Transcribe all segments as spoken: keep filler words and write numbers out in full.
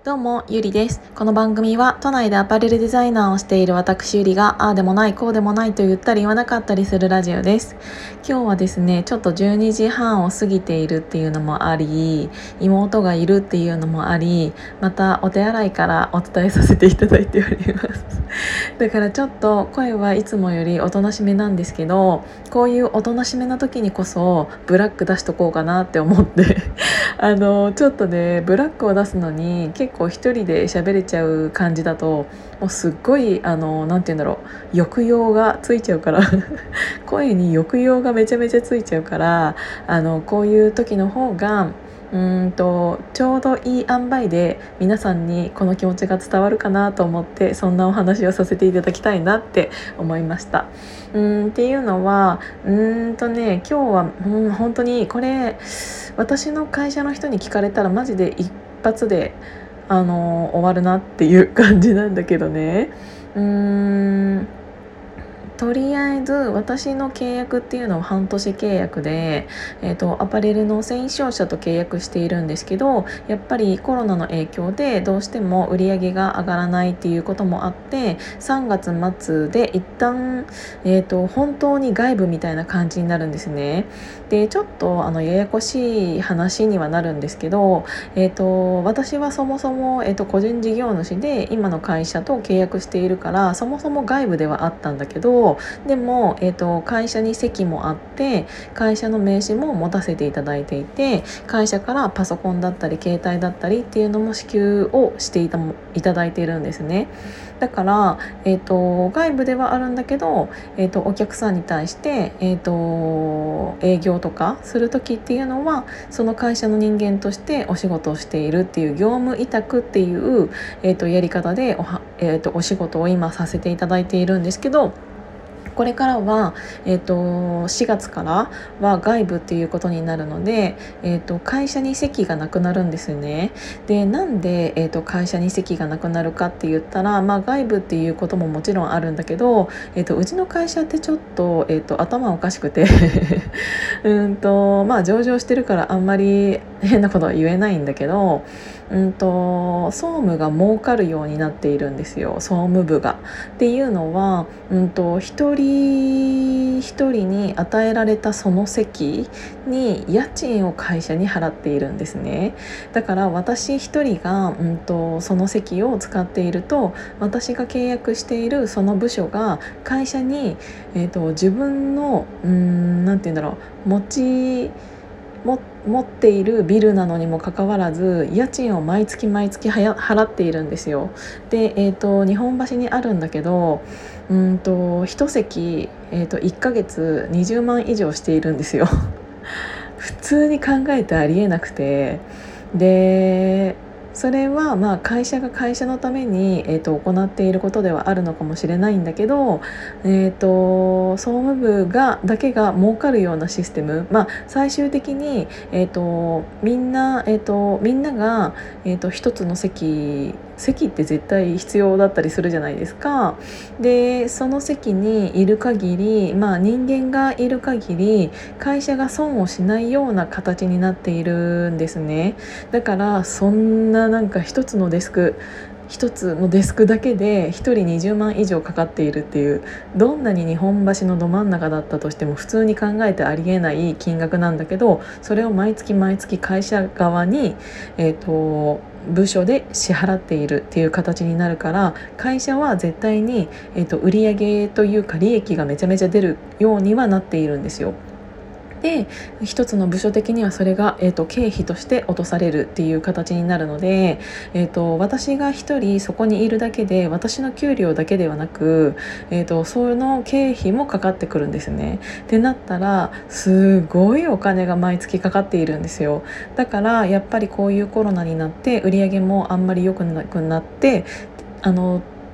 どうも、ゆりです。この番組は都内でアパレルデザイナーをしている私ゆりがああでもないこうでもないと言ったり言わなかったりするラジオです。今日はですね、ちょっとじゅうにじはんを過ぎているっていうのもあり、妹がいるっていうのもあり、またお手洗いからお伝えさせていただいております。だからちょっと声はいつもよりおとなしめなんですけど、こういうおとなしめな時にこそブラック出しとこうかなって思ってあのちょっとねブラックを出すのに結構一人で喋れちゃう感じだともうすっごいあのなんて言うんだろう抑揚がついちゃうから声に抑揚がめちゃめちゃついちゃうからあのこういう時の方がうーんとちょうどいい塩梅で皆さんにこの気持ちが伝わるかなと思ってそんなお話をさせていただきたいなって思いました。うーんっていうのはうーんとね今日は、うん、本当にこれ私の会社の人に聞かれたらマジで一発であの終わるなっていう感じなんだけどね。うーんとりあえず私の契約っていうのは半年契約で、えーと、アパレルの繊維商社と契約しているんですけど、やっぱりコロナの影響でどうしても売り上げが上がらないっていうこともあってさんがつ末で一旦、えーと、本当に外部みたいな感じになるんですね。でちょっとあのややこしい話にはなるんですけど、えーと、私はそもそも、えーと、個人事業主で今の会社と契約しているからそもそも外部ではあったんだけどでも、えーと、会社に席もあって会社の名刺も持たせていただいていて会社からパソコンだったり携帯だったりっていうのも支給をしていたもいただいているんですね。だから、えーと、外部ではあるんだけど、えーと、お客さんに対して、えーと、営業とかする時っていうのはその会社の人間としてお仕事をしているっていう業務委託っていう、えーと、やり方でおは、えーと、お仕事を今させていただいているんですけど、これからは、えーと、しがつからは外部っていうことになるので、えーと、会社に席がなくなるんですよね。でなんで、えーと、会社に席がなくなるかって言ったら、まあ、外部っていうことももちろんあるんだけど、えーと、うちの会社ってちょっと、えーと、頭おかしくてうんと、まあ、上場してるからあんまり変なことは言えないんだけど、うんと、総務が儲かるようになっているんですよ、総務部が。っていうのは、うんと、一人一人に与えられたその席に家賃を会社に払っているんですね。だから私一人が、うんと、その席を使っていると私が契約しているその部署が会社に、えーと、自分のうーんなんて言うんだろう持ちも持っているビルなのにもかかわらず家賃を毎月毎月はや払っているんですよ。で、えーと、日本橋にあるんだけどうんと一席、えーと、いっかげつにじゅうまん以上しているんですよ普通に考えてありえなくて、でそれはまあ会社が会社のために、えーと、行っていることではあるのかもしれないんだけど、えーと、総務部がだけが儲かるようなシステム、まあ、最終的に、えーと、みんな、えーと、みんなが、えーと、一つの席席って絶対必要だったりするじゃないですか。でその席にいる限り、まあ、人間がいる限り会社が損をしないような形になっているんですね。だからそんななんか一つのデスク一つのデスクだけでひとりにじゅうまん以上かかっているっていう、どんなに日本橋のど真ん中だったとしても普通に考えてありえない金額なんだけど、それを毎月毎月会社側に、えーと、部署で支払っているっていう形になるから、会社は絶対に、えーと、売上というか利益がめちゃめちゃ出るようにはなっているんですよ。で一つの部署的にはそれが、えーと、経費として落とされるっていう形になるので、えーと、私が一人そこにいるだけで私の給料だけではなく、えーと、その経費もかかってくるんですね。ってなったらすごいお金が毎月かかっているんですよ。だからやっぱりこういうコロナになって売り上げもあんまり良くなくなってあの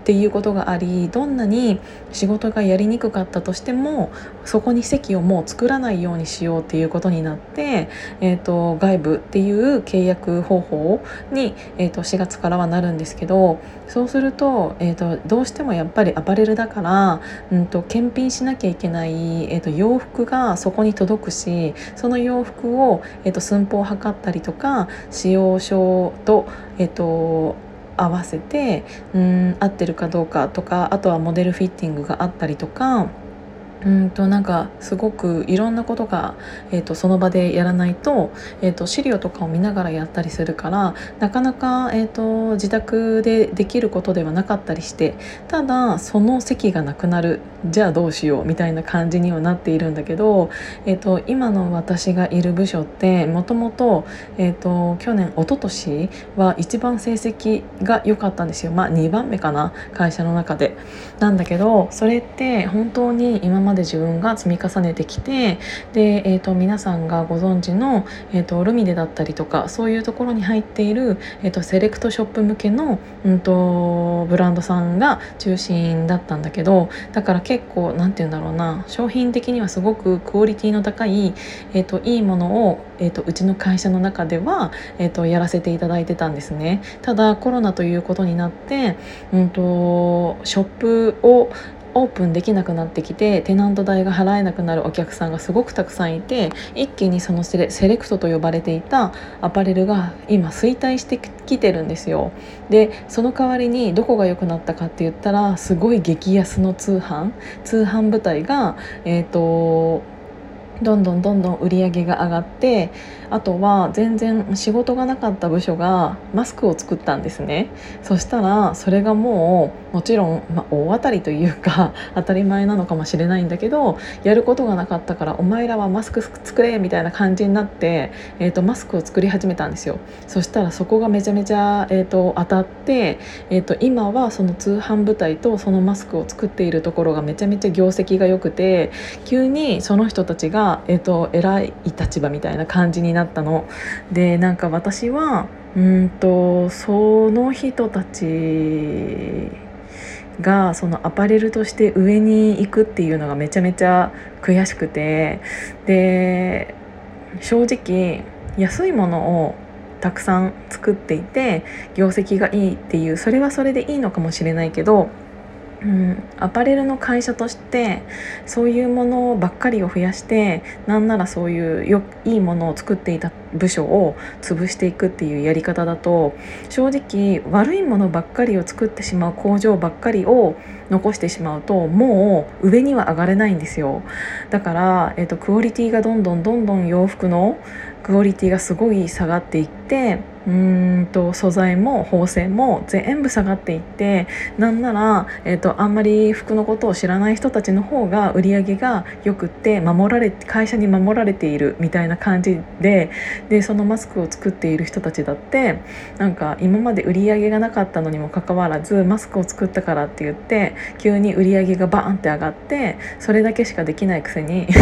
っていうことがあり、どんなに仕事がやりにくかったとしてもそこに席をもう作らないようにしようっていうことになって、えーと、外部っていう契約方法に、えーと、しがつからはなるんですけど、そうすると、えーと、どうしてもやっぱりアパレルだから、うんと、検品しなきゃいけない、えーと、洋服がそこに届くし、その洋服を、えーと、寸法を測ったりとか使用書と、えーと合わせてうん合ってるかどうかとか、あとはモデルフィッティングがあったりとか、うんとなんかすごくいろんなことが、えーとその場でやらないと、えーと資料とかを見ながらやったりするから、なかなか、えーと自宅でできることではなかったりして、ただその席がなくなる、じゃあどうしようみたいな感じにはなっているんだけど、えーと今の私がいる部署ってもともと、えーと去年一昨年は一番成績が良かったんですよ。まあにばんめかな、会社の中で。なんだけど、それって本当に今まで自分が積み重ねてきて、で、えー、と皆さんがご存知の、えー、とルミネだったりとか、そういうところに入っている、えー、とセレクトショップ向けの、うん、とブランドさんが中心だったんだけど、だから結構なんて言うんだろうな、商品的にはすごくクオリティの高い、えー、といいものを、えー、とうちの会社の中では、えー、とやらせていただいてたんですね。ただコロナということになって、うんとショップをオープンできなくなってきて、テナント代が払えなくなるお客さんがすごくたくさんいて、一気にそのセレ、セレクトと呼ばれていたアパレルが今衰退してきてるんですよ。でその代わりにどこが良くなったかって言ったら、すごい激安の通販通販部隊が、えーとどんどんどんどん売り上げが上がって、あとは全然仕事がなかった部署がマスクを作ったんですね。そしたらそれがもうもちろん、まあ、大当たりというか当たり前なのかもしれないんだけど、やることがなかったからお前らはマスク作れみたいな感じになって、えーと、マスクを作り始めたんですよ。そしたらそこがめちゃめちゃ、えーと、当たって、えーと、今はその通販部隊とそのマスクを作っているところがめちゃめちゃ業績が良くて、急にその人たちがえー、と偉い立場みたいな感じになったので、なんか私はうんとその人たちがそのアパレルとして上に行くっていうのがめちゃめちゃ悔しくて、で正直安いものをたくさん作っていて業績がいいっていう、それはそれでいいのかもしれないけど、うん、アパレルの会社としてそういうものばっかりを増やして、なんならそういうよいいものを作っていた部署を潰していくっていうやり方だと、正直悪いものばっかりを作ってしまう工場ばっかりを残してしまうと、もう上には上がれないんですよ。だから、えっと、クオリティがどんどんどんどん洋服のクオリティがすごい下がっていって、うーんと素材も縫製も全部下がっていって、なんなら、えーと、あんまり服のことを知らない人たちの方が売り上げがよくって守られ会社に守られているみたいな感じで、でそのマスクを作っている人たちだってなんか今まで売り上げがなかったのにもかかわらず、マスクを作ったからって言って急に売り上げがバーンって上がって、それだけしかできないくせに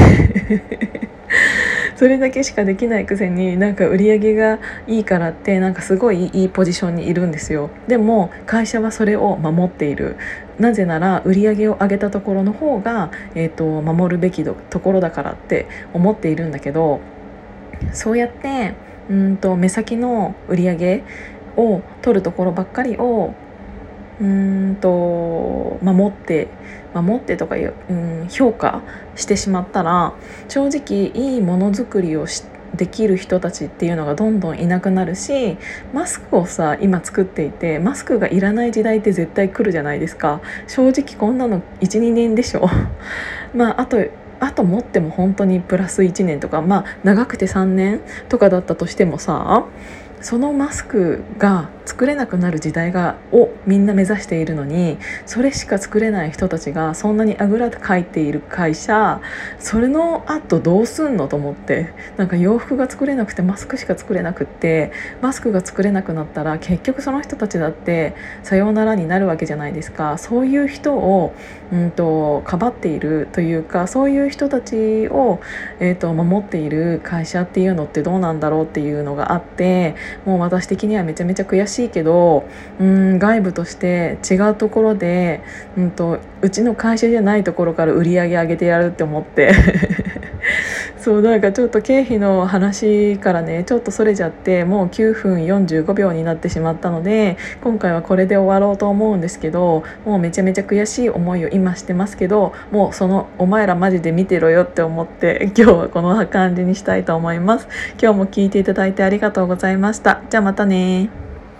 それだけしかできないくせになんか売り上げがいいからってなんかすごいいいポジションにいるんですよ。でも会社はそれを守っている。なぜなら売り上げを上げたところの方が、えーと、守るべきところだからって思っているんだけど、そうやってうんと目先の売り上げを取るところばっかりをうーんと守って守ってとかいう、うん、評価してしまったら、正直いいものづくりをしできる人たちっていうのがどんどんいなくなるし、マスクをさ今作っていてマスクがいらない時代って絶対来るじゃないですか。正直こんなの いちにねんでしょまああとあと持っても本当にプラスいちねんとか、まあ長くてさんねんとかだったとしてもさ、そのマスクが作れなくなる時代がをみんな目指しているのに、それしか作れない人たちがそんなにあぐらかいている会社、それの後どうすんのと思って、なんか洋服が作れなくてマスクしか作れなくって、マスクが作れなくなったら結局その人たちだってさようならになるわけじゃないですか。そういう人を、うんと、かばっているというか、そういう人たちを、えーと、守っている会社っていうのってどうなんだろうっていうのがあって、もう私的にはめちゃめちゃ悔ししいけど、うん、外部として違うところで、うんと、うちの会社じゃないところから売り上げ上げてやるって思ってそうなんかちょっと経費の話からねちょっとそれちゃってもうきゅうふんよんじゅうごびょうになってしまったので、今回はこれで終わろうと思うんですけど、もうめちゃめちゃ悔しい思いを今してますけど、もうそのお前らマジで見てろよって思って今日はこの感じにしたいと思います。今日も聞いていただいてありがとうございました。じゃあまたね。